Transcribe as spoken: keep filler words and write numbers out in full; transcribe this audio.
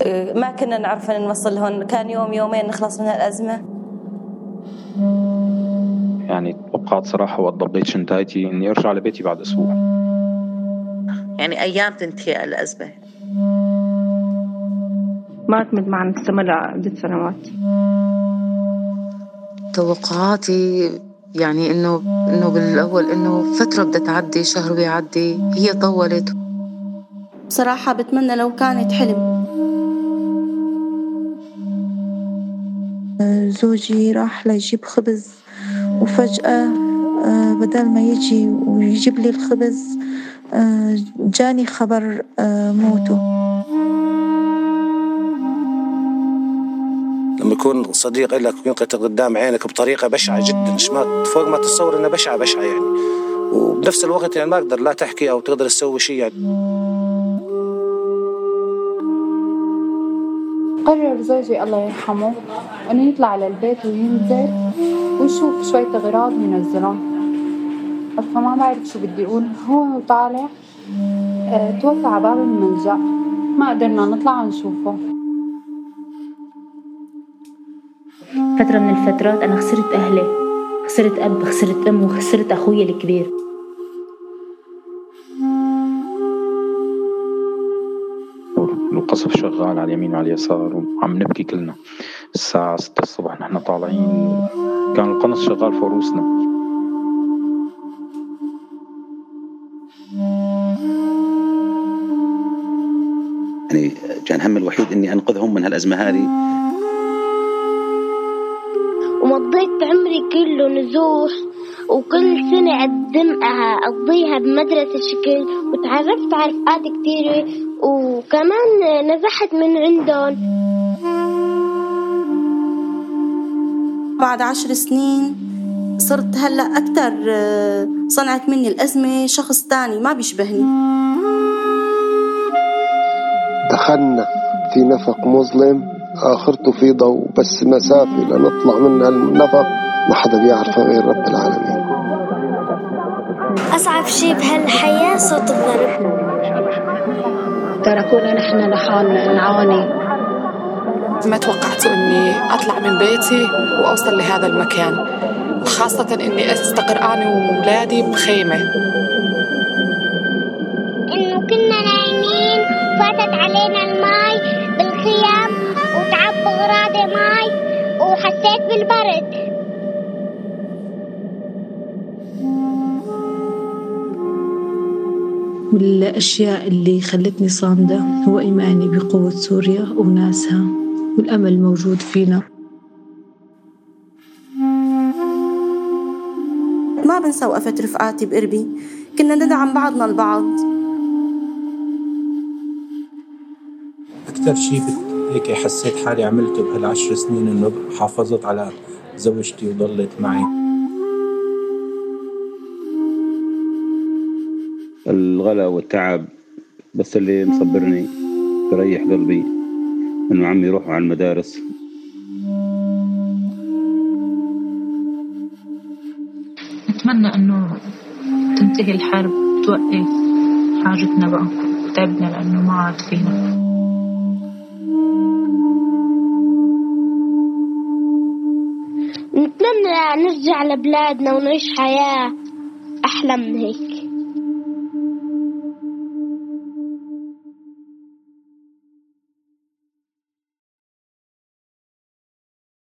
ما كنا نعرف أن نوصل لهن، كان يوم يومين نخلص من الأزمة. يعني توقعت صراحة وضبيت شنطتي إني أرجع لبيتي بعد أسبوع. يعني أيام تنتهي الأزمة، ما اعتمد معنا نستمر عدة سنوات. توقعاتي يعني إنه إنه بالأول إنه فترة بدها تعدي، شهر بيعدي، هي طولت. بصراحة بتمنى لو كانت حلم. زوجي راح ليجيب خبز وفجأة بدل ما يجي ويجيب لي الخبز جاني خبر موته. لما يكون صديق لك وينقتل قدام عينك بطريقة بشعة جدا، فوق ما تتصور إنها بشعة بشعة يعني، وبنفس الوقت يعني ما أقدر لا تحكي أو تقدر تسوي شيء يعني. قرر زوجي الله يرحمه أنه يطلع على البيت وينزل ويشوف شوية تغييرات ينزلهم، فما بعرف شو بدي أقول. هو طالع اه توفى على باب الملجأ، ما قدرنا نطلع نشوفه. فترة من الفترات أنا خسرت أهلي، خسرت أب، خسرت أم، وخسرت أخوي الكبير. القصف شغال على اليمين وعلى اليسار وعم نبكي كلنا. الساعة ستة الصبح نحن طالعين، كان القنص شغال فوق روسنا. يعني كان هم الوحيد إني أنقذهم من هالأزمة هذه. ومضيت عمري كله نزوح، وكل سنة أقدمها أقضيها بمدرسة شكل، وتعرفت على رفقات كتيرة، وكمان نزحت من عندهم. بعد عشر سنين صرت هلأ أكتر صنعت مني الأزمة شخص تاني ما بيشبهني. دخلنا في نفق مظلم آخرته في ضوء، بس مسافة لنطلع من النفق ما حدا بيعرفها غير رب العالمين. أصعب شيء بهالحياة صوت الضرب. تركونا نحن لحالنا نعاني. ما توقعت إني أطلع من بيتي وأوصل لهذا المكان، خاصة إني أستقر أنا وولادي بخيمة. إنه كنا نايمين فاتت علينا الماء بالخيام وتعب غرادة ماء وحسيت بالبرد. والأشياء اللي خلتني صامدة هو إيماني بقوة سوريا وناسها، والأمل موجود فينا. ما بنسى وقفة رفقاتي بقربي، كنا ندعم بعضنا البعض. أكثر شيء هيك حسيت حالي عملته بهالعشر سنين إنه حافظت على زوجتي وضلت معي. الغلا والتعب بس اللي مصبرني بريح قلبي إنه عمي يروحوا على المدارس. نتمنى إنه تنتهي الحرب، توقف حاجتنا بقى، تعبنا لأنه ما عاد فينا. نتمنى نرجع لبلادنا ونعيش حياة أحلى من هيك.